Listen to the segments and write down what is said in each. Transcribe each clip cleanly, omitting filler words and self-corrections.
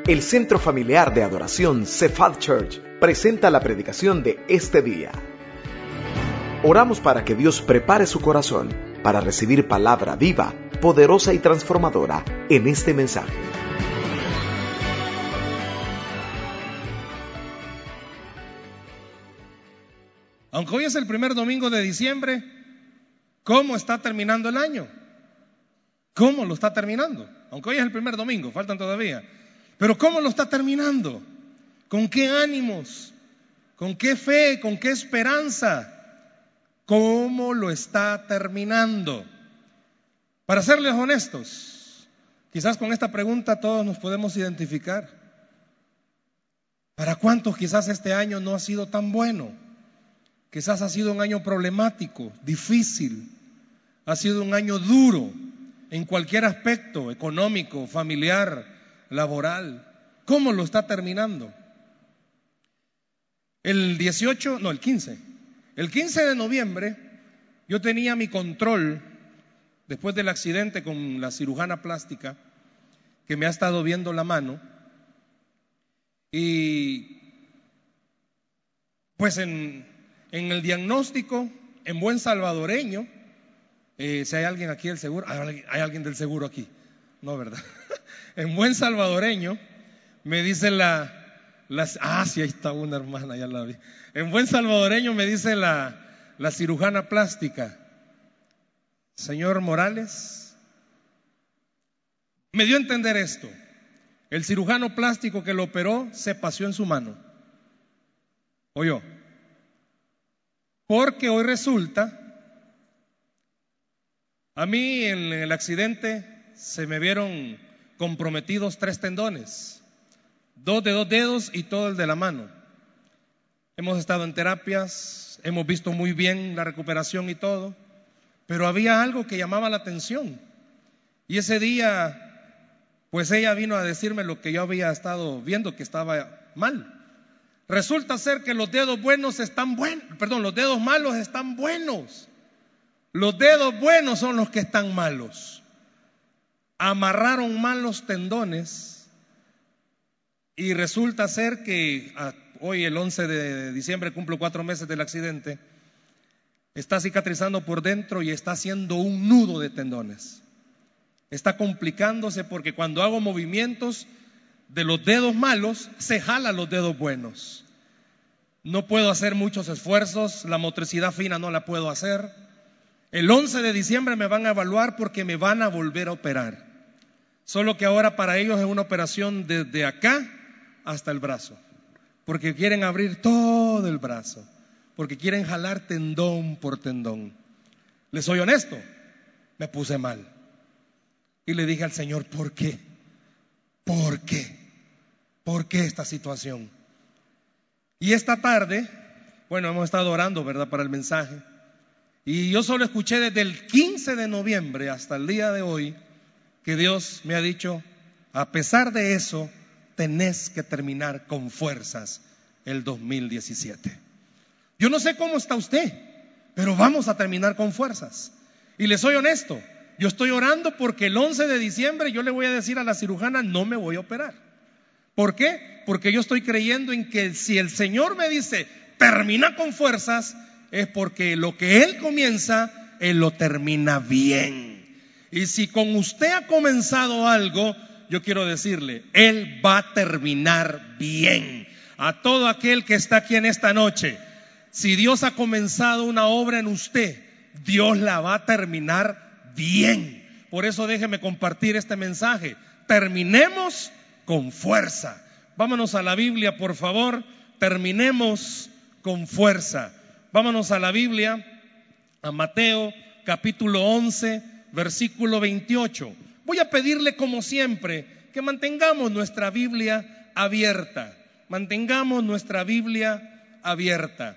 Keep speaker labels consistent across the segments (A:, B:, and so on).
A: El Centro Familiar de Adoración Cephal Church presenta la predicación de este día. Oramos para que Dios prepare su corazón para recibir palabra viva, poderosa y transformadora en este mensaje.
B: Aunque hoy es el primer domingo de diciembre, ¿cómo está terminando el año? ¿Cómo lo está terminando? Aunque hoy es el primer domingo, faltan todavía. Pero ¿cómo lo está terminando? ¿Con qué ánimos? ¿Con qué fe? ¿Con qué esperanza? ¿Cómo lo está terminando? Para serles honestos, quizás con esta pregunta todos nos podemos identificar. ¿Para cuántos quizás este año no ha sido tan bueno? Quizás ha sido un año problemático, difícil. Ha sido un año duro en cualquier aspecto, económico, familiar, laboral. ¿Cómo lo está terminando? El 15 de noviembre yo tenía mi control después del accidente con la cirujana plástica que me ha estado viendo la mano, y pues en el diagnóstico, en buen salvadoreño, si hay alguien aquí del seguro, hay alguien del seguro aquí, no, ¿verdad? En buen salvadoreño me dice sí, ahí está una hermana, ya la vi. En buen salvadoreño me dice la cirujana plástica: señor Morales, me dio a entender esto: el cirujano plástico que lo operó se paseó en su mano. ¿Oyó? Porque hoy resulta, a mí en el accidente se me vieron comprometidos 3 tendones, 2 de 2 dedos y todo el de la mano. Hemos estado en terapias, hemos visto muy bien la recuperación y todo, pero había algo que llamaba la atención. Y ese día, pues ella vino a decirme lo que yo había estado viendo que estaba mal. Resulta ser que los dedos malos están buenos. Los dedos buenos son los que están malos. Amarraron mal los tendones y resulta ser que hoy, el 11 de diciembre, cumplo 4 meses del accidente. Está cicatrizando por dentro y está haciendo un nudo de tendones. Está complicándose porque cuando hago movimientos de los dedos malos, se jalan los dedos buenos. No puedo hacer muchos esfuerzos, la motricidad fina no la puedo hacer. El 11 de diciembre me van a evaluar porque me van a volver a operar. Solo que ahora para ellos es una operación desde acá hasta el brazo, porque quieren abrir todo el brazo, porque quieren jalar tendón por tendón. Les soy honesto, me puse mal y le dije al Señor: ¿por qué? ¿Por qué? ¿Por qué esta situación? Y esta tarde, hemos estado orando, ¿verdad?, para el mensaje. Y yo solo escuché desde el 15 de noviembre hasta el día de hoy que Dios me ha dicho: a pesar de eso, tenés que terminar con fuerzas el 2017. Yo no sé cómo está usted, pero vamos a terminar con fuerzas. Y le soy honesto, yo estoy orando porque el 11 de diciembre yo le voy a decir a la cirujana: no me voy a operar. ¿Por qué? Porque yo estoy creyendo en que si el Señor me dice termina con fuerzas, es porque lo que Él comienza, Él lo termina bien. Y si con usted ha comenzado algo, yo quiero decirle, Él va a terminar bien. A todo aquel que está aquí en esta noche, si Dios ha comenzado una obra en usted, Dios la va a terminar bien. Por eso déjeme compartir este mensaje: terminemos con fuerza. Vámonos a la Biblia, por favor. Terminemos con fuerza. Vámonos a la Biblia, a Mateo capítulo 11, versículo 28. Voy a pedirle, como siempre, que mantengamos nuestra Biblia abierta. Mantengamos nuestra Biblia abierta.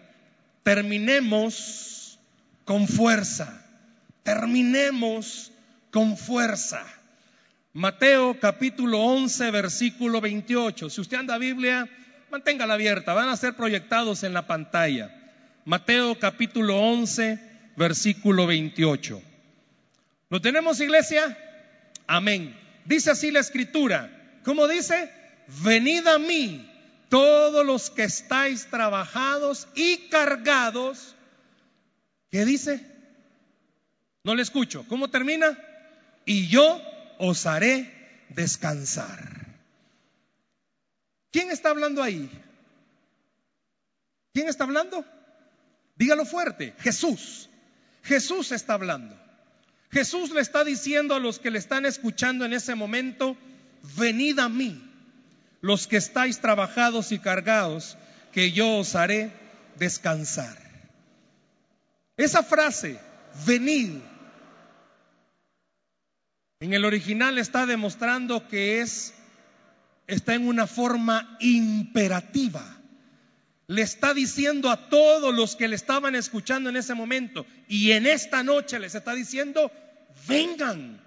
B: Terminemos con fuerza. Terminemos con fuerza. Mateo capítulo 11, versículo 28. Si usted anda a Biblia, manténgala abierta. Van a ser proyectados en la pantalla. Mateo capítulo 11, versículo 28. ¿Lo tenemos, iglesia? Amén. Dice así la escritura. ¿Cómo dice? venid a mí, todos los que estáis trabajados y cargados. ¿Qué dice? No le escucho. ¿Cómo termina? Y yo os haré descansar. ¿Quién está hablando ahí? ¿Quién está hablando? Dígalo fuerte. Jesús. Jesús está hablando. Jesús le está diciendo a los que le están escuchando en ese momento: venid a mí, los que estáis trabajados y cargados, que yo os haré descansar. Esa frase, venid, en el original está demostrando que está en una forma imperativa. Le está diciendo a todos los que le estaban escuchando en ese momento, y en esta noche les está diciendo: vengan,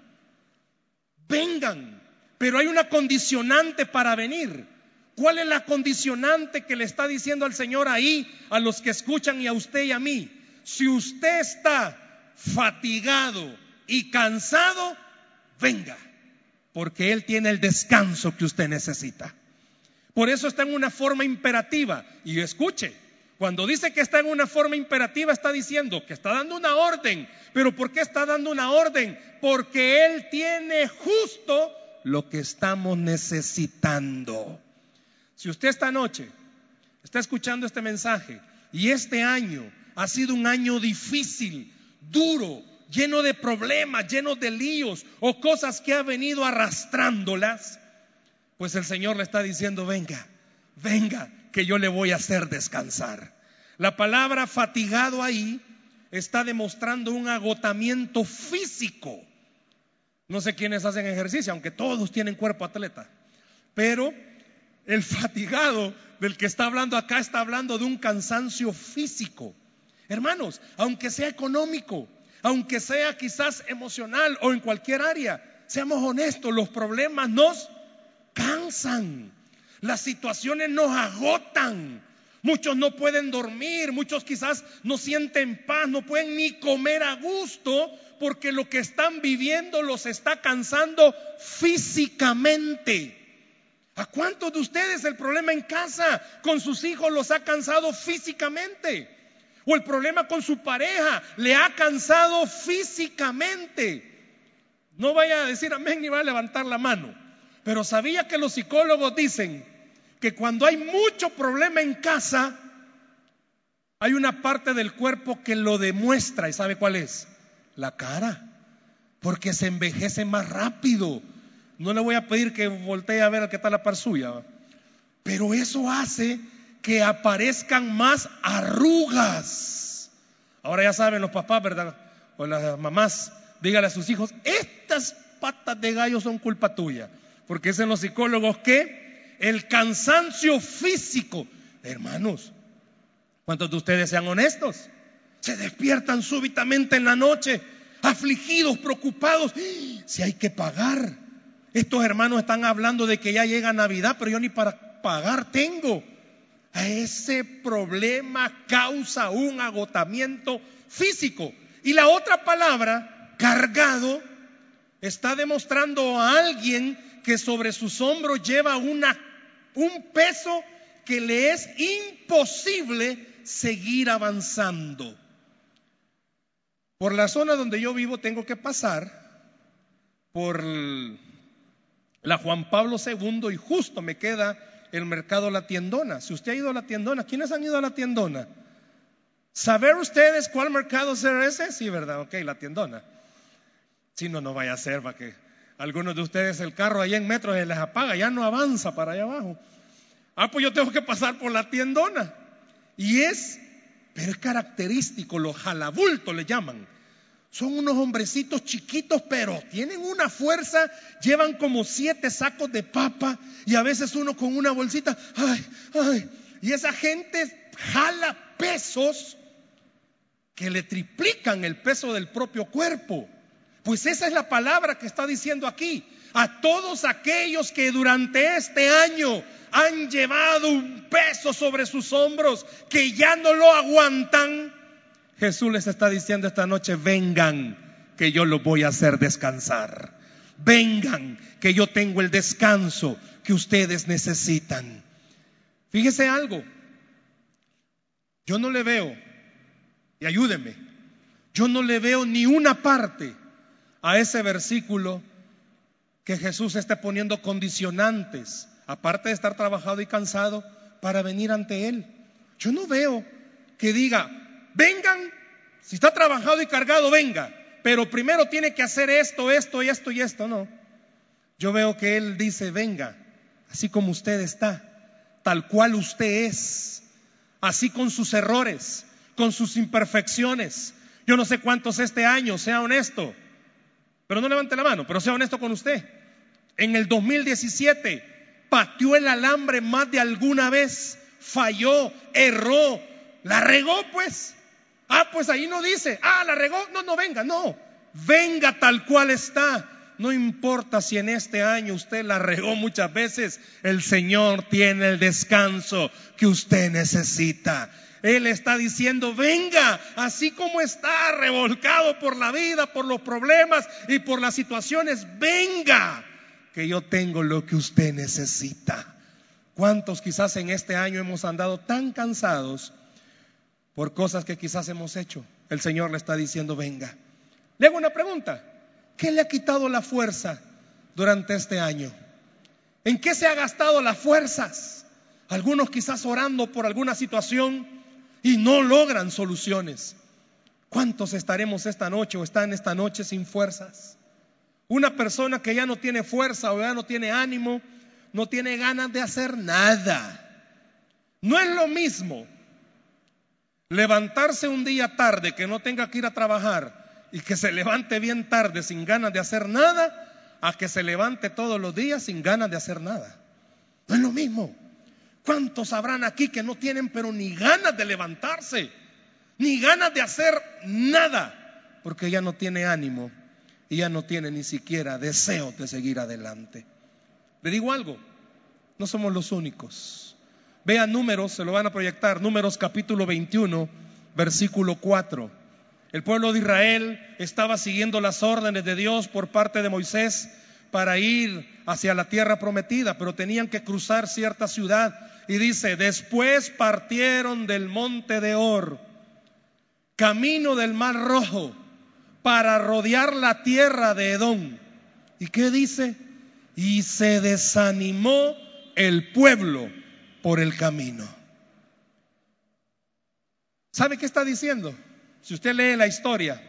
B: vengan. Pero hay una condicionante para venir. ¿Cuál es la condicionante que le está diciendo al Señor ahí a los que escuchan y a usted y a mí? Si usted está fatigado y cansado, venga, porque Él tiene el descanso que usted necesita. Por eso está en una forma imperativa. Y escuche, cuando dice que está en una forma imperativa, está diciendo que está dando una orden. ¿Pero por qué está dando una orden? Porque Él tiene justo lo que estamos necesitando. Si usted esta noche está escuchando este mensaje y este año ha sido un año difícil, duro, lleno de problemas, lleno de líos o cosas que ha venido arrastrándolas, pues el Señor le está diciendo: venga, venga, que yo le voy a hacer descansar. La palabra fatigado ahí está demostrando un agotamiento físico. No sé quiénes hacen ejercicio, aunque todos tienen cuerpo atleta, pero el fatigado del que está hablando acá está hablando de un cansancio físico. Hermanos, aunque sea económico, aunque sea quizás emocional o en cualquier área, seamos honestos, los problemas nos cansan, las situaciones nos agotan. Muchos no pueden dormir, muchos quizás no sienten paz, no pueden ni comer a gusto, porque lo que están viviendo los está cansando físicamente. ¿A cuántos de ustedes el problema en casa con sus hijos los ha cansado físicamente? O el problema con su pareja le ha cansado físicamente. No vaya a decir amén ni va a levantar la mano, pero sabía que los psicólogos dicen que cuando hay mucho problema en casa, hay una parte del cuerpo que lo demuestra. ¿Y sabe cuál es? La cara, porque se envejece más rápido. No le voy a pedir que voltee a ver al que está a la par suya, pero eso hace que aparezcan más arrugas. Ahora ya saben los papás, ¿verdad? O las mamás, díganle a sus hijos: estas patas de gallo son culpa tuya, porque dicen los psicólogos que el cansancio físico, hermanos, ¿cuántos de ustedes, sean honestos, se despiertan súbitamente en la noche, afligidos, preocupados? Si hay que pagar. Estos hermanos están hablando de que ya llega Navidad, pero yo ni para pagar tengo. Ese problema causa un agotamiento físico. Y la otra palabra, cargado, está demostrando a alguien que sobre sus hombros lleva un peso que le es imposible seguir avanzando. Por la zona donde yo vivo tengo que pasar por la Juan Pablo II y justo me queda el mercado La Tiendona. Si usted ha ido a La Tiendona, ¿quiénes han ido a La Tiendona? ¿Saber ustedes cuál mercado es ese? Sí, ¿verdad? Ok, La Tiendona. Si no, no vaya a ser para que algunos de ustedes el carro allá en metro se les apaga, ya no avanza para allá abajo. Pues yo tengo que pasar por La Tiendona. Pero es característico, los jalabultos le llaman. Son unos hombrecitos chiquitos, pero tienen una fuerza, llevan como 7 sacos de papa y a veces uno con una bolsita. Y esa gente jala pesos que le triplican el peso del propio cuerpo. Pues esa es la palabra que está diciendo aquí. A todos aquellos que durante este año han llevado un peso sobre sus hombros que ya no lo aguantan, Jesús les está diciendo esta noche: vengan, que yo los voy a hacer descansar. vengan, que yo tengo el descanso que ustedes necesitan. Fíjese algo, yo no le veo, y ayúdeme, yo no le veo ni una parte a ese versículo que Jesús esté poniendo condicionantes, aparte de estar trabajado y cansado, para venir ante Él. Yo no veo que diga, vengan, si está trabajado y cargado, venga, pero primero tiene que hacer esto, esto y esto y esto. No, yo veo que Él dice, venga, así como usted está, tal cual usted es, así con sus errores, con sus imperfecciones. Yo no sé cuántos este año, sea honesto, pero no levante la mano, pero sea honesto con usted. En el 2017 pateó el alambre más de alguna vez, falló, erró, la regó pues. Pues ahí no dice, la regó, no venga, no. Venga tal cual está. No importa si en este año usted la regó muchas veces, el Señor tiene el descanso que usted necesita. Él está diciendo, venga, así como está revolcado por la vida, por los problemas y por las situaciones, venga, que yo tengo lo que usted necesita. ¿Cuántos quizás en este año hemos andado tan cansados por cosas que quizás hemos hecho? El Señor le está diciendo, venga. Le hago una pregunta, ¿qué le ha quitado la fuerza durante este año? ¿En qué se ha gastado las fuerzas? Algunos quizás orando por alguna situación y no logran soluciones. ¿Cuántos estaremos esta noche o están esta noche sin fuerzas? Una persona que ya no tiene fuerza o ya no tiene ánimo, no tiene ganas de hacer nada. No es lo mismo levantarse un día tarde que no tenga que ir a trabajar y que se levante bien tarde sin ganas de hacer nada, a que se levante todos los días sin ganas de hacer nada. No es lo mismo. ¿Cuántos habrán aquí que no tienen pero ni ganas de levantarse, ni ganas de hacer nada, porque ya no tiene ánimo y ya no tiene ni siquiera deseo de seguir adelante? Le digo algo, no somos los únicos. Vean Números, se lo van a proyectar, Números capítulo 21, versículo 4. El pueblo de Israel estaba siguiendo las órdenes de Dios por parte de Moisés para ir hacia la tierra prometida, pero tenían que cruzar cierta ciudad. Y dice, después partieron del monte de Hor, camino del Mar Rojo, para rodear la tierra de Edom. ¿Y qué dice? Y se desanimó el pueblo por el camino. ¿Sabe qué está diciendo? Si usted lee la historia,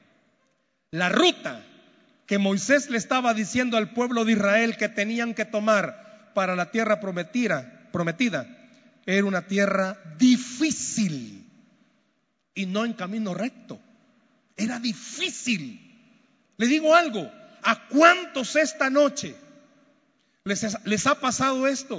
B: la ruta que Moisés le estaba diciendo al pueblo de Israel que tenían que tomar para la tierra prometida, era una tierra difícil y no en camino recto. Era difícil. Le digo algo, ¿a cuántos esta noche les ha pasado esto?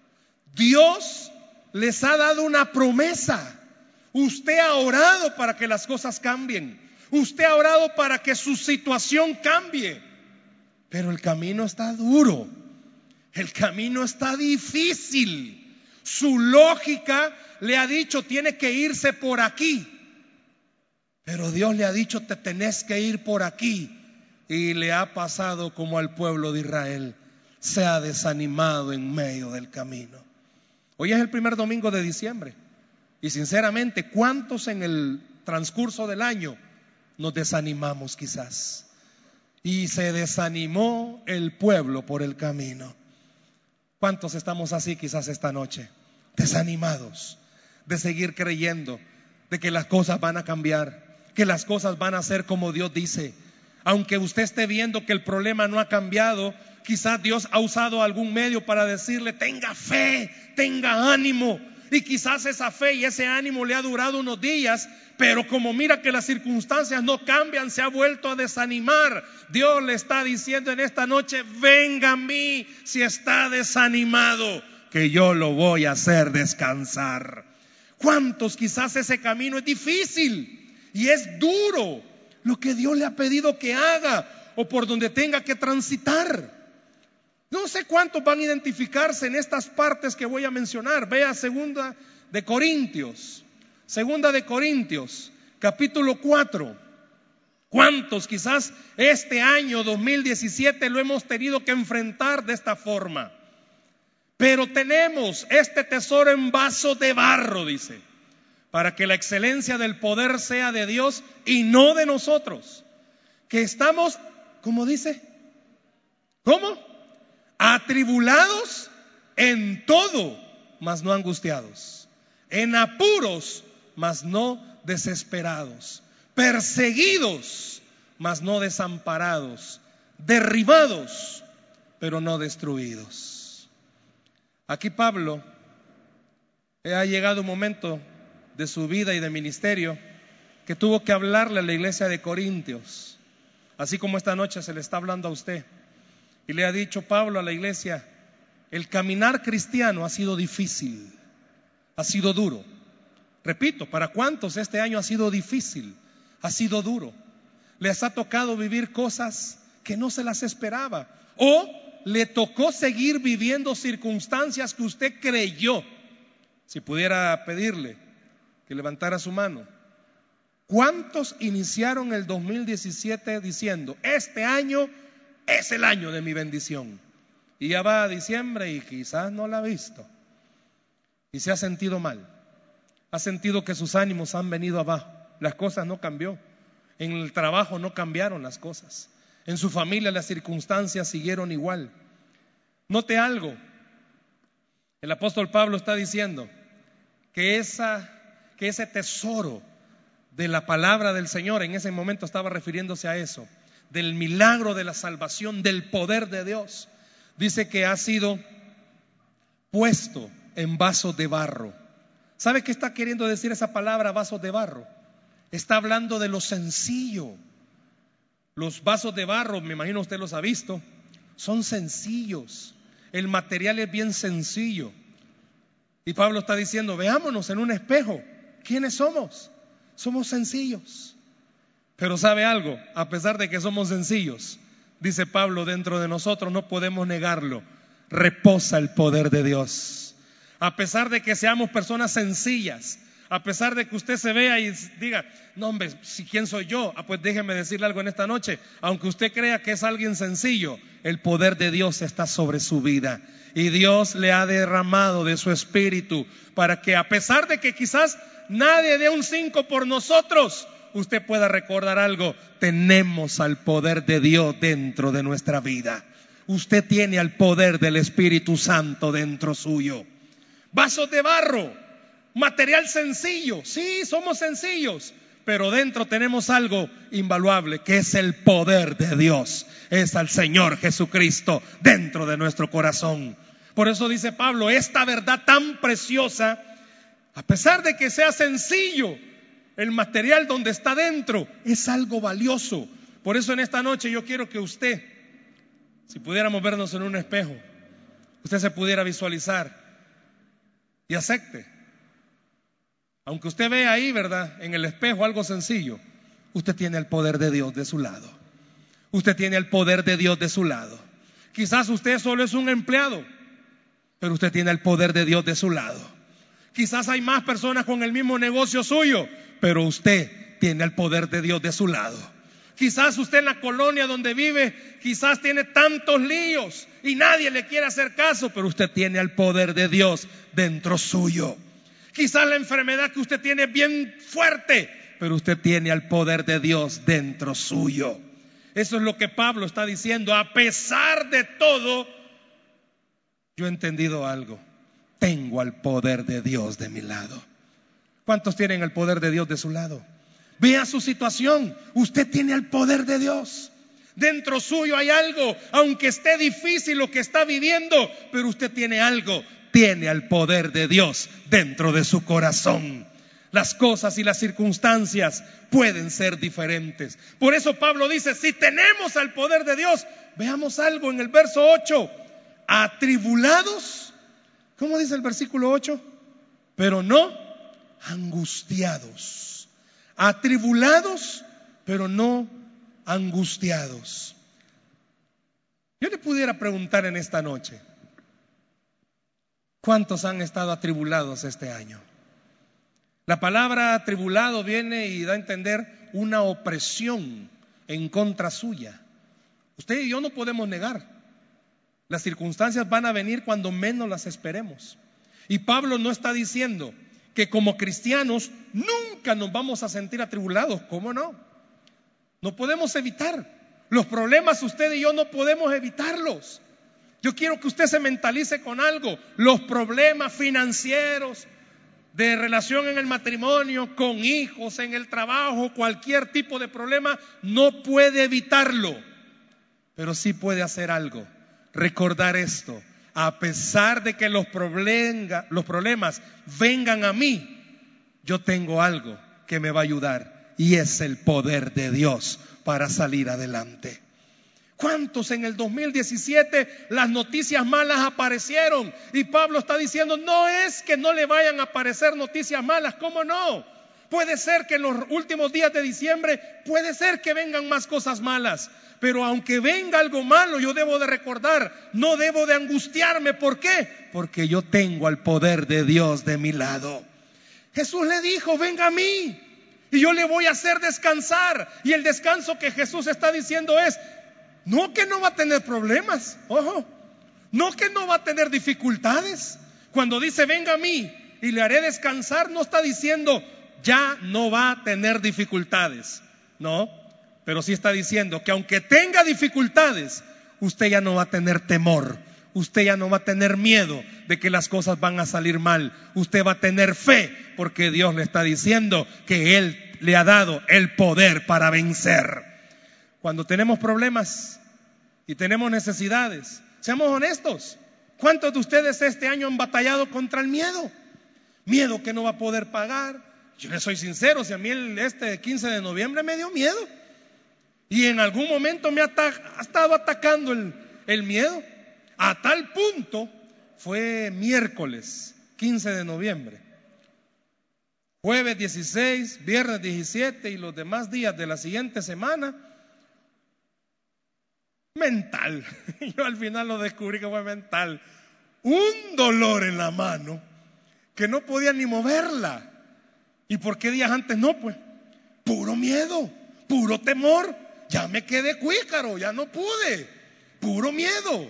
B: Dios les ha dado una promesa. Usted ha orado para que las cosas cambien. Usted ha orado para que su situación cambie. Pero el camino está duro. El camino está difícil. Su lógica le ha dicho, tiene que irse por aquí. Pero Dios le ha dicho, te tenés que ir por aquí. Y le ha pasado como al pueblo de Israel. Se ha desanimado en medio del camino. Hoy es el primer domingo de diciembre. Y sinceramente, ¿cuántos en el transcurso del año nos desanimamos quizás? Y se desanimó el pueblo por el camino. ¿Cuántos estamos así quizás esta noche? Desanimados de seguir creyendo de que las cosas van a cambiar, que las cosas van a ser como Dios dice. Aunque usted esté viendo que el problema no ha cambiado, quizás Dios ha usado algún medio para decirle, tenga fe, tenga ánimo. Y quizás esa fe y ese ánimo le ha durado unos días, pero como mira que las circunstancias no cambian, se ha vuelto a desanimar. Dios le está diciendo en esta noche, venga a mí si está desanimado, que yo lo voy a hacer descansar. ¿Cuántos quizás ese camino es difícil y es duro lo que Dios le ha pedido que haga o por donde tenga que transitar? No sé cuántos van a identificarse en estas partes que voy a mencionar. Vea Segunda de Corintios, capítulo 4, ¿Cuántos quizás este año 2017 lo hemos tenido que enfrentar de esta forma? Pero tenemos este tesoro en vaso de barro, dice, para que la excelencia del poder sea de Dios y no de nosotros. Que estamos, ¿cómo dice? ¿Cómo? Atribulados en todo, mas no angustiados. En apuros, mas no desesperados. Perseguidos, mas no desamparados. Derribados, pero no destruidos. Aquí Pablo ha llegado un momento de su vida y de ministerio que tuvo que hablarle a la iglesia de Corintios, así como esta noche se le está hablando a usted. Y le ha dicho Pablo a la iglesia: el caminar cristiano ha sido difícil, ha sido duro. Repito, ¿para cuántos este año ha sido difícil? Ha sido duro. Les ha tocado vivir cosas que no se las esperaba, o le tocó seguir viviendo circunstancias que usted creyó. Si pudiera pedirle que levantara su mano, ¿cuántos iniciaron el 2017 diciendo: este año es el año de mi bendición? Y ya va a diciembre y quizás no la ha visto y se ha sentido mal, ha sentido que sus ánimos han venido abajo, las cosas no cambió, en el trabajo no cambiaron las cosas, en su familia las circunstancias siguieron igual. Note algo, el apóstol Pablo está diciendo que ese tesoro de la palabra del Señor, en ese momento estaba refiriéndose a eso, del milagro de la salvación, del poder de Dios. Dice que ha sido puesto en vasos de barro. ¿Sabe qué está queriendo decir esa palabra, vasos de barro? Está hablando de lo sencillo. Los vasos de barro, me imagino usted los ha visto, son sencillos. El material es bien sencillo. Y Pablo está diciendo: veámonos en un espejo. ¿Quiénes somos? Somos sencillos. Pero ¿sabe algo? A pesar de que somos sencillos, dice Pablo, dentro de nosotros, no podemos negarlo, reposa el poder de Dios. A pesar de que seamos personas sencillas, a pesar de que usted se vea y diga: no hombre, ¿quién soy yo? Pues déjeme decirle algo en esta noche. Aunque usted crea que es alguien sencillo, el poder de Dios está sobre su vida. Y Dios le ha derramado de su espíritu para que, a pesar de que quizás nadie dé un 5 por nosotros, usted pueda recordar algo: tenemos al poder de Dios dentro de nuestra vida. Usted tiene al poder del Espíritu Santo dentro suyo. Vasos de barro, material sencillo. Sí, somos sencillos, pero dentro tenemos algo invaluable, que es el poder de Dios. Es al Señor Jesucristo dentro de nuestro corazón. Por eso dice Pablo, esta verdad tan preciosa, a pesar de que sea sencillo, el material donde está dentro es algo valioso. Por eso en esta noche yo quiero que usted, si pudiéramos vernos en un espejo, usted se pudiera visualizar y acepte. Aunque usted vea ahí, ¿verdad?, en el espejo algo sencillo, usted tiene el poder de Dios de su lado. Usted tiene el poder de Dios de su lado. Quizás usted solo es un empleado, pero usted tiene el poder de Dios de su lado. Quizás hay más personas con el mismo negocio suyo, pero usted tiene el poder de Dios de su lado. Quizás usted en la colonia donde vive, quizás tiene tantos líos y nadie le quiere hacer caso, pero usted tiene el poder de Dios dentro suyo. Quizás la enfermedad que usted tiene es bien fuerte, pero usted tiene el poder de Dios dentro suyo. Eso es lo que Pablo está diciendo. A pesar de todo, yo he entendido algo: tengo al poder de Dios de mi lado. ¿Cuántos tienen el poder de Dios de su lado? Vea su situación, usted tiene el poder de Dios. Dentro suyo hay algo, aunque esté difícil lo que está viviendo, pero usted tiene algo, tiene el poder de Dios dentro de su corazón. Las cosas y las circunstancias pueden ser diferentes. Por eso Pablo dice, si tenemos al poder de Dios, veamos algo en el verso 8, atribulados, ¿cómo dice el versículo 8? Pero no angustiados. Atribulados, pero no angustiados. Yo le pudiera preguntar en esta noche, ¿cuántos han estado atribulados este año? La palabra atribulado viene y da a entender una opresión, en contra suya. Usted y yo no podemos negar. Las circunstancias van a venir cuando menos las esperemos. Y Pablo no está diciendo que como cristianos nunca nos vamos a sentir atribulados. ¿Cómo no? No podemos evitar. Los problemas usted y yo no podemos evitarlos. Yo quiero que usted se mentalice con algo. Los problemas financieros, de relación en el matrimonio, con hijos, en el trabajo, cualquier tipo de problema, no puede evitarlo. Pero sí puede hacer algo. Recordar esto. A pesar de que los problemas vengan a mí, yo tengo algo que me va a ayudar. Y es el poder de Dios para salir adelante. ¿Cuántos en el 2017 las noticias malas aparecieron? Y Pablo está diciendo, no es que no le vayan a aparecer noticias malas, ¿cómo no? Puede ser que en los últimos días de diciembre, puede ser que vengan más cosas malas. Pero aunque venga algo malo, yo debo de recordar, no debo de angustiarme. ¿Por qué? Porque yo tengo al poder de Dios de mi lado. Jesús le dijo, venga a mí y yo le voy a hacer descansar. Y el descanso que Jesús está diciendo es, no que no va a tener problemas, ojo, no que no va a tener dificultades. Cuando dice venga a mí y le haré descansar, no está diciendo ya no va a tener dificultades, no, pero sí está diciendo que aunque tenga dificultades, usted ya no va a tener temor, usted ya no va a tener miedo de que las cosas van a salir mal, usted va a tener fe porque Dios le está diciendo que Él le ha dado el poder para vencer. Cuando tenemos problemas y tenemos necesidades, seamos honestos. ¿Cuántos de ustedes este año han batallado contra el miedo? Miedo que no va a poder pagar. Yo les soy sincero, si a mí este 15 de noviembre me dio miedo. Y en algún momento me ha estado atacando el miedo. A tal punto, fue miércoles 15 de noviembre. Jueves 16, viernes 17 y los demás días de la siguiente semana. Mental, yo al final lo descubrí que fue mental. Un dolor en la mano que no podía ni moverla. ¿Y por qué días antes no? Pues puro miedo, puro temor. Ya me quedé cuícaro, ya no pude. Puro miedo.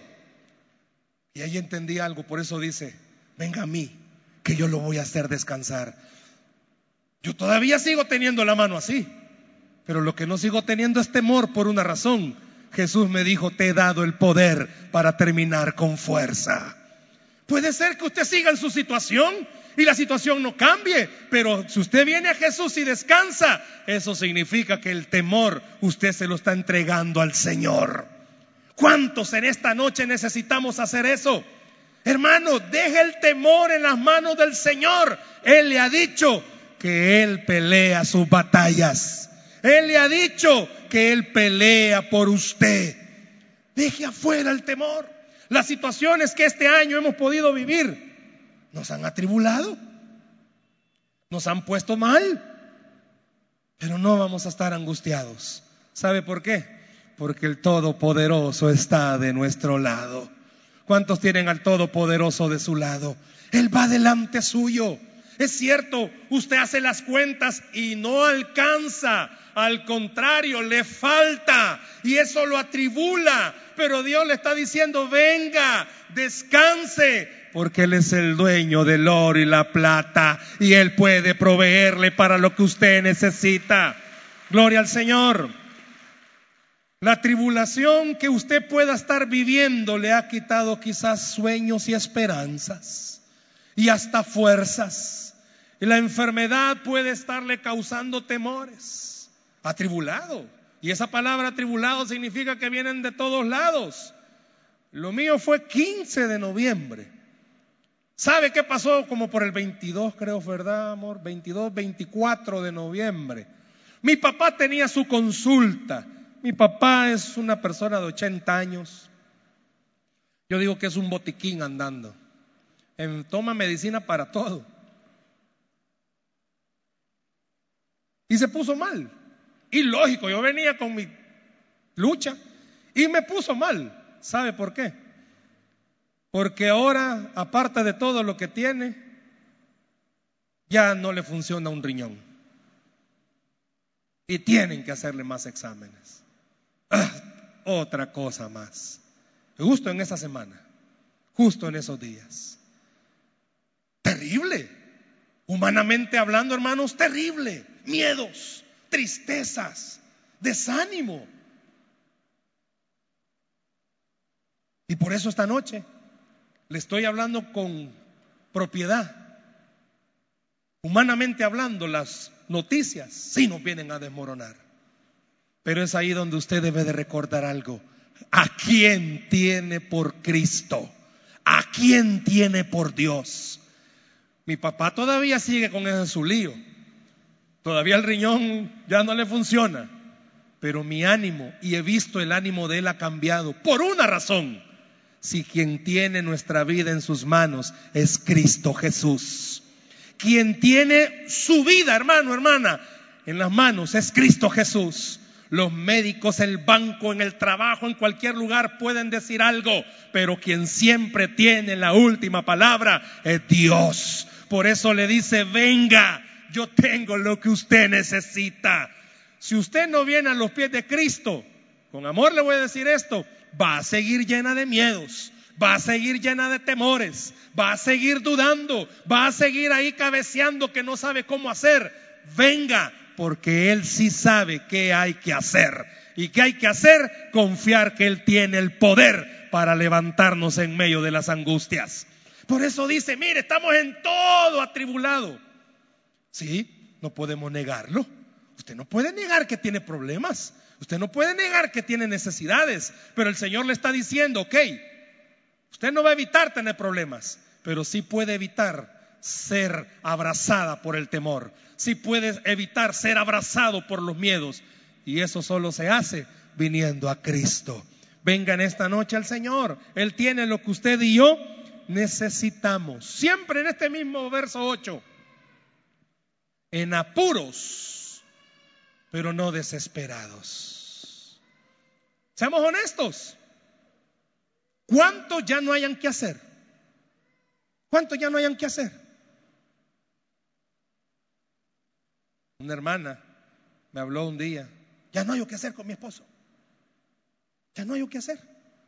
B: Y ahí entendí algo, por eso dice, venga a mí, que yo lo voy a hacer descansar. Yo todavía sigo teniendo la mano así, pero lo que no sigo teniendo es temor por una razón. Jesús me dijo, te he dado el poder para terminar con fuerza. Puede ser que usted siga en su situación y la situación no cambie, pero si usted viene a Jesús y descansa, eso significa que el temor usted se lo está entregando al Señor. ¿Cuántos en esta noche necesitamos hacer eso? Hermano, deje el temor en las manos del Señor. Él le ha dicho que Él pelea sus batallas. Él le ha dicho que Él pelea por usted. Deje afuera el temor. Las situaciones que este año hemos podido vivir nos han atribulado, nos han puesto mal, pero no vamos a estar angustiados. ¿Sabe por qué? Porque el Todopoderoso está de nuestro lado. ¿Cuántos tienen al Todopoderoso de su lado? Él va delante suyo. Es cierto, usted hace las cuentas y no alcanza, al contrario, le falta y eso lo atribula, pero Dios le está diciendo, venga, descanse, porque Él es el dueño del oro y la plata y Él puede proveerle para lo que usted necesita. Gloria al Señor. La tribulación que usted pueda estar viviendo le ha quitado quizás sueños y esperanzas y hasta fuerzas. Y la enfermedad puede estarle causando temores. Atribulado. Y esa palabra atribulado significa que vienen de todos lados. Lo mío fue 15 de noviembre. ¿Sabe qué pasó? Como por el 22, creo, ¿verdad, amor? 22, 24 de noviembre. Mi papá tenía su consulta. Mi papá es una persona de 80 años. Yo digo que es un botiquín andando. Toma medicina para todo. Y se puso mal. Y lógico, yo venía con mi lucha y me puso mal. ¿Sabe por qué? Porque ahora, aparte de todo lo que tiene, ya no le funciona un riñón. Y tienen que hacerle más exámenes. Otra cosa más. Justo en esa semana, justo en esos días. Terrible. Humanamente hablando, hermanos, terrible. Miedos, tristezas, desánimo. Y por eso esta noche le estoy hablando con propiedad. Humanamente hablando, las noticias sí nos vienen a desmoronar. Pero es ahí donde usted debe de recordar algo. ¿A quién tiene por Cristo? ¿A quién tiene por Dios? Mi papá todavía sigue con ese su lío. Todavía el riñón ya no le funciona. Pero mi ánimo, y he visto el ánimo de él ha cambiado por una razón. Si quien tiene nuestra vida en sus manos es Cristo Jesús. Quien tiene su vida, hermano, hermana, en las manos es Cristo Jesús. Los médicos, el banco, en el trabajo, en cualquier lugar pueden decir algo, pero quien siempre tiene la última palabra es Dios. Por eso le dice: venga, yo tengo lo que usted necesita. Si usted no viene a los pies de Cristo, con amor le voy a decir esto, va a seguir llena de miedos, va a seguir llena de temores, va a seguir dudando, va a seguir ahí cabeceando que no sabe cómo hacer. Venga, porque Él sí sabe qué hay que hacer. ¿Y qué hay que hacer? Confiar que Él tiene el poder para levantarnos en medio de las angustias. Por eso dice: mire, estamos en todo atribulado. Sí, no podemos negarlo. Usted no puede negar que tiene problemas. Usted no puede negar que tiene necesidades. Pero el Señor le está diciendo: ok, usted no va a evitar tener problemas, pero sí puede evitar ser abrazada por el temor. Sí puede evitar ser abrazado por los miedos. Y eso solo se hace viniendo a Cristo. Venga en esta noche al Señor. Él tiene lo que usted y yo necesitamos. Siempre en este mismo verso 8. En apuros, pero no desesperados. Seamos honestos. ¿Cuánto ya no hayan que hacer? ¿Cuánto ya no hayan que hacer? Una hermana me habló un día: ya no hay que hacer con mi esposo. Ya no hay que hacer.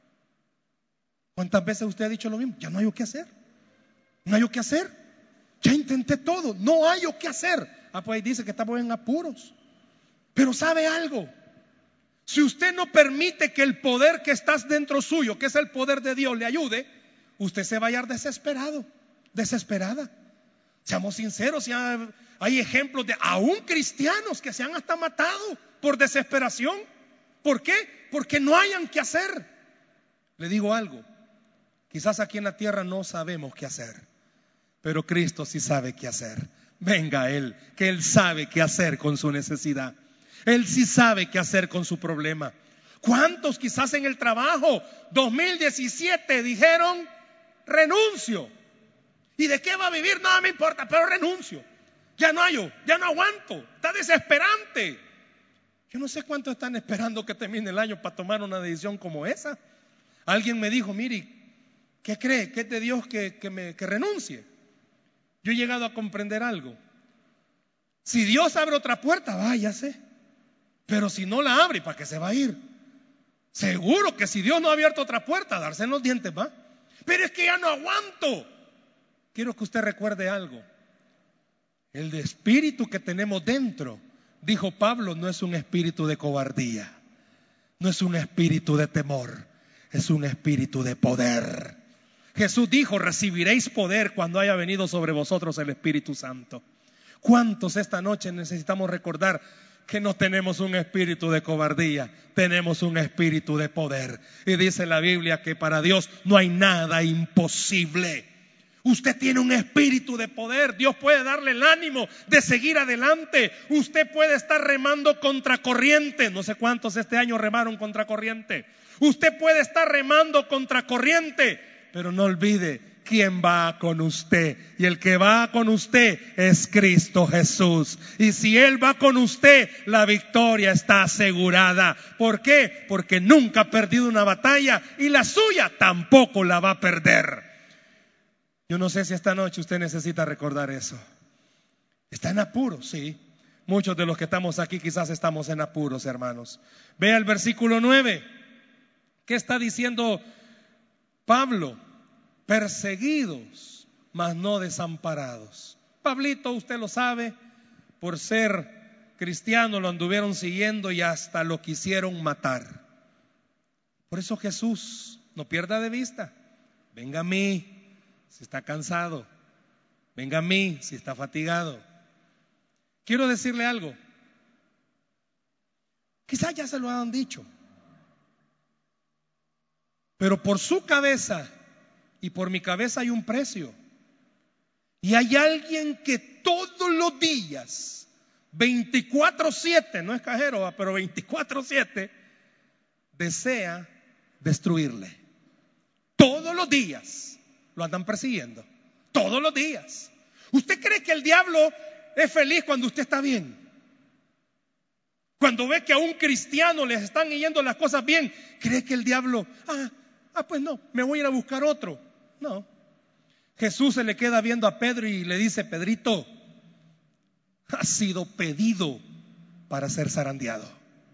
B: ¿Cuántas veces usted ha dicho lo mismo? Ya no hay que hacer. No hay que hacer. Ya intenté todo, no hay que hacer. Pues ahí dice que estamos en apuros. Pero ¿sabe algo? Si usted no permite que el poder que está dentro suyo, que es el poder de Dios, le ayude, usted se va a hallar desesperado, desesperada. Seamos sinceros, ya hay ejemplos de aún cristianos que se han hasta matado por desesperación. ¿Por qué? Porque no hayan que hacer. Le digo algo: quizás aquí en la tierra no sabemos qué hacer, pero Cristo sí sabe qué hacer. Venga a Él, que Él sabe qué hacer con su necesidad. Él sí sabe qué hacer con su problema. ¿Cuántos quizás en el trabajo 2017 dijeron: renuncio? ¿Y de qué va a vivir? Nada me importa, pero renuncio. Ya no aguanto. Está desesperante. Yo no sé cuántos están esperando que termine el año para tomar una decisión como esa. Alguien me dijo: mire, ¿qué cree? ¿Que es de Dios que renuncie? Yo he llegado a comprender algo. Si Dios abre otra puerta, váyase. Pero si no la abre, ¿para qué se va a ir? Seguro que si Dios no ha abierto otra puerta, darse en los dientes va. Pero es que ya no aguanto. Quiero que usted recuerde algo. El espíritu que tenemos dentro, dijo Pablo, no es un espíritu de cobardía, no es un espíritu de temor, es un espíritu de poder. Jesús dijo: recibiréis poder cuando haya venido sobre vosotros el Espíritu Santo. ¿Cuántos esta noche necesitamos recordar que no tenemos un espíritu de cobardía, tenemos un espíritu de poder? Y dice la Biblia que para Dios no hay nada imposible. Usted tiene un espíritu de poder. Dios puede darle el ánimo de seguir adelante. Usted puede estar remando contra corriente. No sé cuántos este año remaron contra corriente. Usted puede estar remando contra corriente, pero no olvide quién va con usted. Y el que va con usted es Cristo Jesús. Y si Él va con usted, la victoria está asegurada. ¿Por qué? Porque nunca ha perdido una batalla y la suya tampoco la va a perder. Yo no sé si esta noche usted necesita recordar eso. Está en apuro, sí, Muchos de los que estamos aquí quizás estamos en apuros, hermanos. Vea el versículo 9. ¿Qué está diciendo Pablo? Perseguidos, mas no desamparados. Pablito, usted lo sabe, por ser cristiano lo anduvieron siguiendo y hasta lo quisieron matar. Por eso Jesús, no pierda de vista, venga a mí si está cansado, venga a mí si está fatigado. Quiero decirle algo, quizás ya se lo han dicho, pero por su cabeza y por mi cabeza hay un precio. Y hay alguien que todos los días, 24/7, no es cajero, pero 24/7, desea destruirle. Todos los días lo andan persiguiendo. Todos los días. ¿Usted cree que el diablo es feliz cuando usted está bien? Cuando ve que a un cristiano le están yendo las cosas bien, ¿cree que el diablo, pues no, me voy a ir a buscar otro? No. Jesús se le queda viendo a Pedro y le dice: Pedrito, has sido pedido para ser zarandeado.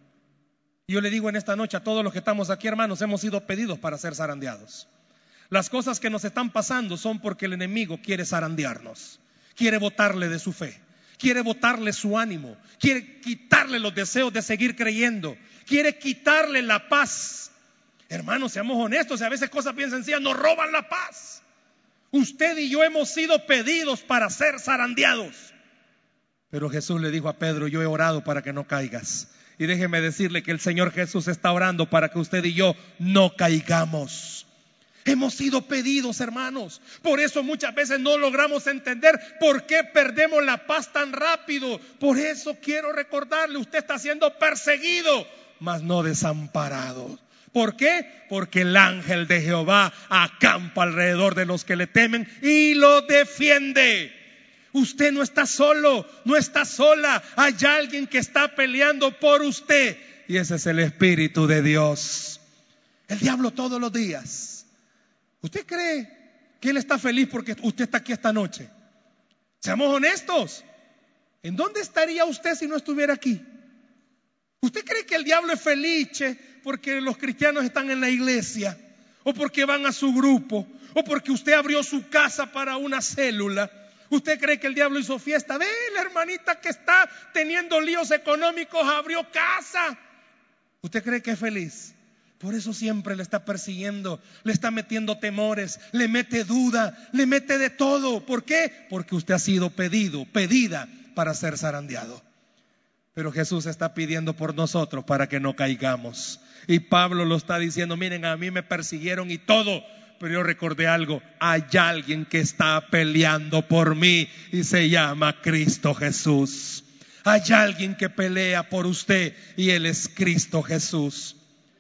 B: Y yo le digo en esta noche a todos los que estamos aquí, hermanos, hemos sido pedidos para ser zarandeados. Las cosas que nos están pasando son porque el enemigo quiere zarandearnos, quiere botarle de su fe, quiere botarle su ánimo, quiere quitarle los deseos de seguir creyendo, quiere quitarle la paz. Hermanos, seamos honestos, a veces cosas bien sencillas nos roban la paz. Usted y yo hemos sido pedidos para ser zarandeados. Pero Jesús le dijo a Pedro: yo he orado para que no caigas. Y déjeme decirle que el Señor Jesús está orando para que usted y yo no caigamos. Hemos sido pedidos, hermanos. Por eso muchas veces no logramos entender por qué perdemos la paz tan rápido. Por eso quiero recordarle: usted está siendo perseguido, mas no desamparado. ¿Por qué? Porque el ángel de Jehová acampa alrededor de los que le temen y lo defiende. Usted no está solo, no está sola. Hay alguien que está peleando por usted, y ese es el Espíritu de Dios. El diablo todos los días. ¿Usted cree que él está feliz porque usted está aquí esta noche? Seamos honestos. ¿En dónde estaría usted si no estuviera aquí? ¿Usted cree que el diablo es feliz porque los cristianos están en la iglesia, o porque van a su grupo, o porque usted abrió su casa para una célula? ¿Usted cree que el diablo hizo fiesta? Ve, la hermanita que está teniendo líos económicos abrió casa. ¿Usted cree que es feliz? Por eso siempre le está persiguiendo, le está metiendo temores, le mete duda, le mete de todo. ¿Por qué? Porque usted ha sido pedida para ser zarandeado. Pero Jesús está pidiendo por nosotros para que no caigamos. Y Pablo lo está diciendo: miren, a mí me persiguieron y todo, pero yo recordé algo: hay alguien que está peleando por mí y se llama Cristo Jesús. Hay alguien que pelea por usted y Él es Cristo Jesús.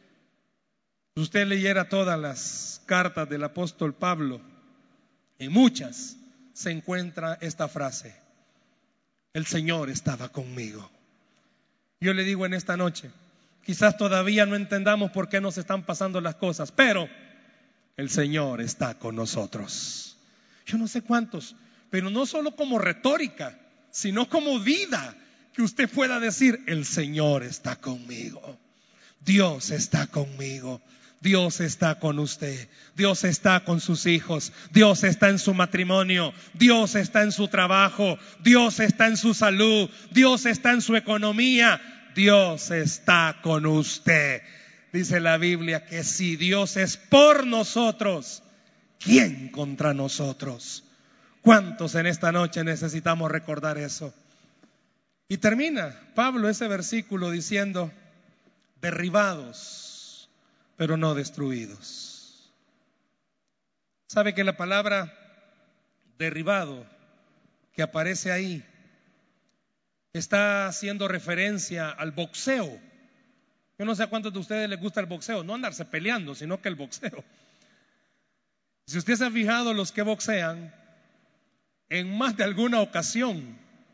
B: Si usted leyera todas las cartas del apóstol Pablo, en muchas se encuentra esta frase: el Señor estaba conmigo. Yo le digo en esta noche, quizás todavía no entendamos por qué nos están pasando las cosas, pero el Señor está con nosotros. Yo no sé cuántos, pero no solo como retórica, sino como vida, que usted pueda decir: el Señor está conmigo, Dios está conmigo, Dios está con usted, Dios está con sus hijos, Dios está en su matrimonio, Dios está en su trabajo, Dios está en su salud, Dios está en su economía, Dios está con usted. Dice la Biblia que si Dios es por nosotros, ¿quién contra nosotros? ¿Cuántos en esta noche necesitamos recordar eso? Y termina Pablo ese versículo diciendo: derribados, pero no destruidos. ¿Sabe que la palabra derribado que aparece ahí está haciendo referencia al boxeo? Yo no sé a cuántos de ustedes les gusta el boxeo, no andarse peleando, sino que el boxeo. Si usted se ha fijado, los que boxean, en más de alguna ocasión,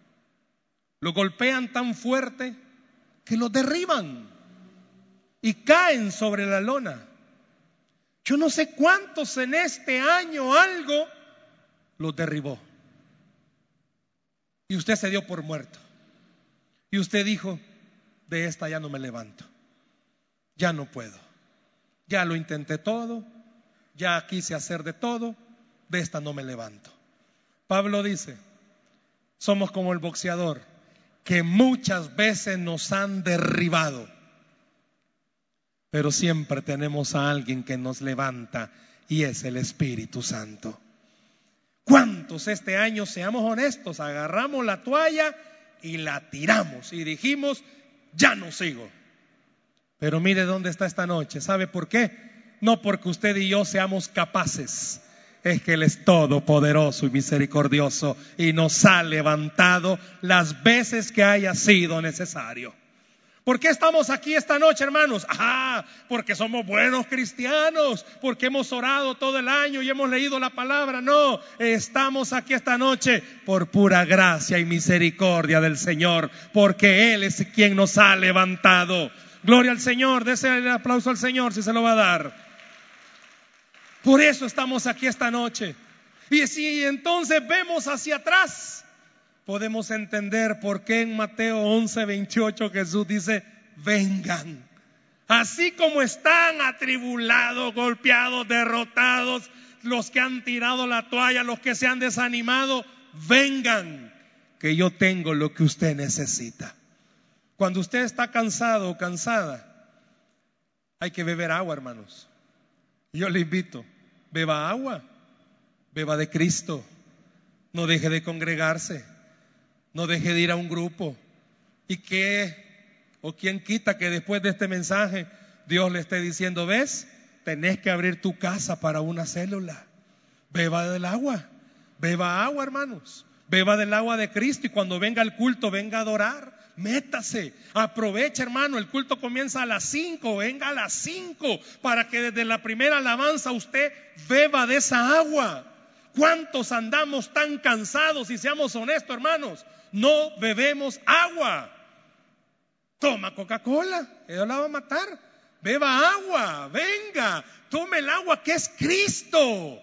B: lo golpean tan fuerte que lo derriban y caen sobre la lona. Yo no sé cuántos en este año algo los derribó y usted se dio por muerto. y usted dijo, de esta ya no me levanto, ya no puedo, ya lo intenté todo, ya quise hacer de todo, de esta no me levanto. Pablo dice, somos como el boxeador, que muchas veces nos han derribado, pero siempre tenemos a alguien que nos levanta, y es el Espíritu Santo. ¿Cuántos este año, seamos honestos, agarramos la toalla y la tiramos y dijimos, ya no sigo? Pero mire dónde está esta noche. ¿Sabe por qué? No porque usted y yo seamos capaces, es que Él es todopoderoso y misericordioso y nos ha levantado las veces que haya sido necesario. ¿Por qué estamos aquí esta noche, hermanos? Porque somos buenos cristianos, porque hemos orado todo el año y hemos leído la palabra. No, estamos aquí esta noche por pura gracia y misericordia del Señor, porque Él es quien nos ha levantado. Gloria al Señor, désele el aplauso al Señor si se lo va a dar. Por eso estamos aquí esta noche. Y si entonces vemos hacia atrás, podemos entender por qué en Mateo 11:28 Jesús dice, vengan. Así como están atribulados, golpeados, derrotados, los que han tirado la toalla, los que se han desanimado, vengan, que yo tengo lo que usted necesita. Cuando usted está cansado o cansada, hay que beber agua, hermanos. Yo le invito, beba agua, beba de Cristo, no deje de congregarse. No deje de ir a un grupo. ¿Y qué? ¿O quién quita que después de este mensaje Dios le esté diciendo, ves, tenés que abrir tu casa para una célula? Beba del agua. Beba agua, hermanos. Beba del agua de Cristo y cuando venga el culto, venga a adorar. Métase, aproveche, hermano, el culto comienza a las 5, venga a las 5 para que desde la primera alabanza usted beba de esa agua. ¿Cuántos andamos tan cansados? Y seamos honestos, hermanos, no bebemos agua. Toma Coca-Cola, eso la va a matar. Beba agua, venga, tome el agua que es Cristo.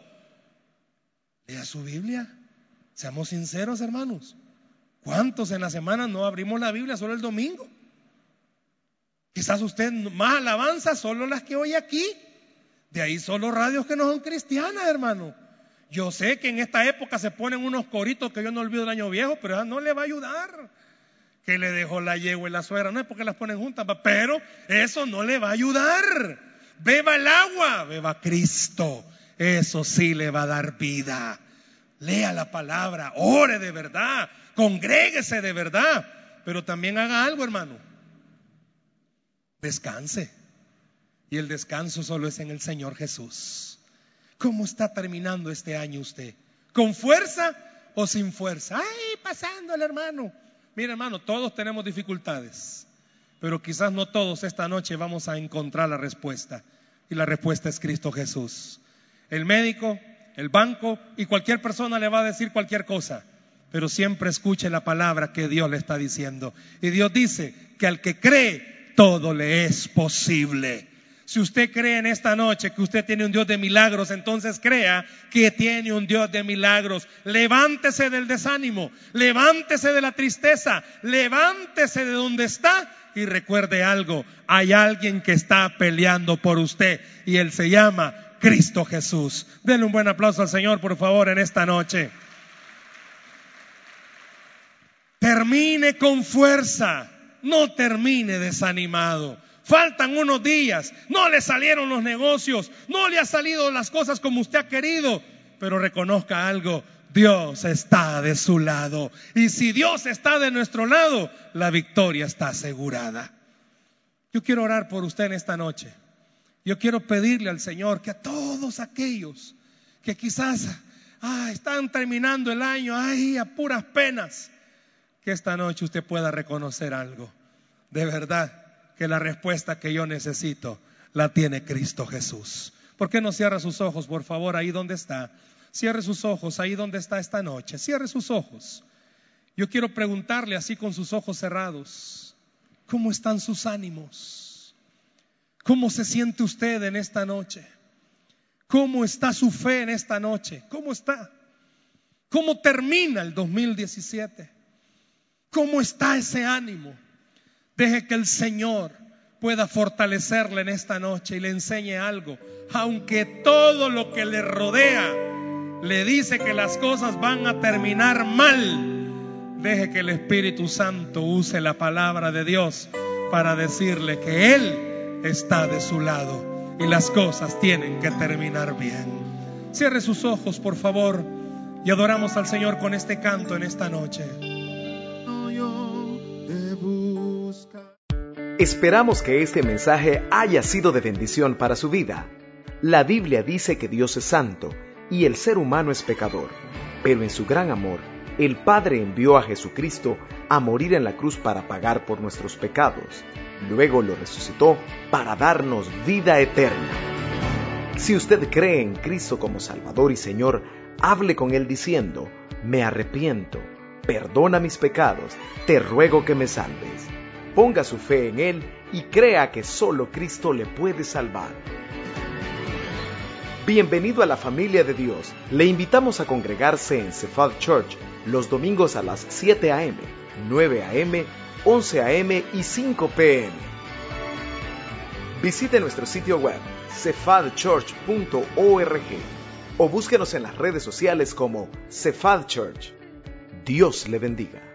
B: Lea su Biblia. Seamos sinceros, hermanos. ¿Cuántos en la semana no abrimos la Biblia solo el domingo? Quizás usted más alabanza solo las que oye aquí. De ahí solo radios que no son cristianas, hermano. Yo sé que en esta época se ponen unos coritos que yo no olvido el año viejo, pero eso no le va a ayudar. Que le dejó la yegua y la suegra, no es porque las ponen juntas, pero eso no le va a ayudar. Beba el agua, beba Cristo, eso sí le va a dar vida. Lea la palabra, ore de verdad, congréguese de verdad, pero también haga algo, hermano. Descanse. Y el descanso solo es en el Señor Jesús. ¿Cómo está terminando este año usted? ¿Con fuerza o sin fuerza? ¡Ay, pasándole, hermano! Mira, hermano, todos tenemos dificultades, pero quizás no todos esta noche vamos a encontrar la respuesta. Y la respuesta es Cristo Jesús. El médico, el banco y cualquier persona le va a decir cualquier cosa, pero siempre escuche la palabra que Dios le está diciendo. Y Dios dice que al que cree, todo le es posible. Si usted cree en esta noche que usted tiene un Dios de milagros, entonces crea que tiene un Dios de milagros. Levántese del desánimo, levántese de la tristeza, levántese de donde está y recuerde algo, hay alguien que está peleando por usted y Él se llama Cristo Jesús. Denle un buen aplauso al Señor, por favor, en esta noche. Termine con fuerza, no termine desanimado. Faltan unos días, no le salieron los negocios, no le han salido las cosas como usted ha querido, pero reconozca algo, Dios está de su lado. Y si Dios está de nuestro lado, la victoria está asegurada. Yo quiero orar por usted en esta noche. Yo quiero pedirle al Señor que a todos aquellos que quizás están terminando el año a puras penas, que esta noche usted pueda reconocer algo. De verdad que la respuesta que yo necesito la tiene Cristo Jesús. ¿Por qué no cierra sus ojos, por favor, ahí donde está? Cierre sus ojos ahí donde está esta noche. Cierre sus ojos. Yo quiero preguntarle así con sus ojos cerrados, ¿cómo están sus ánimos? ¿Cómo se siente usted en esta noche? ¿Cómo está su fe en esta noche? ¿Cómo está? ¿Cómo termina el 2017? ¿Cómo está ese ánimo? Deje que el Señor pueda fortalecerle en esta noche y le enseñe algo. Aunque todo lo que le rodea le dice que las cosas van a terminar mal, deje que el Espíritu Santo use la palabra de Dios para decirle que Él está de su lado y las cosas tienen que terminar bien. Cierre sus ojos, por favor, y adoramos al Señor con este canto en esta noche.
A: Esperamos que este mensaje haya sido de bendición para su vida. La Biblia dice que Dios es santo y el ser humano es pecador, pero en su gran amor, el Padre envió a Jesucristo a morir en la cruz para pagar por nuestros pecados. Luego lo resucitó para darnos vida eterna. Si usted cree en Cristo como Salvador y Señor, hable con Él diciendo: me arrepiento, perdona mis pecados, te ruego que me salves. Ponga su fe en Él y crea que solo Cristo le puede salvar. Bienvenido a la familia de Dios. Le invitamos a congregarse en Cephal Church los domingos a las 7 a.m., 9 a.m., 11 a.m. y 5 p.m. Visite nuestro sitio web cephalchurch.org o búsquenos en las redes sociales como Cephal Church. Dios le bendiga.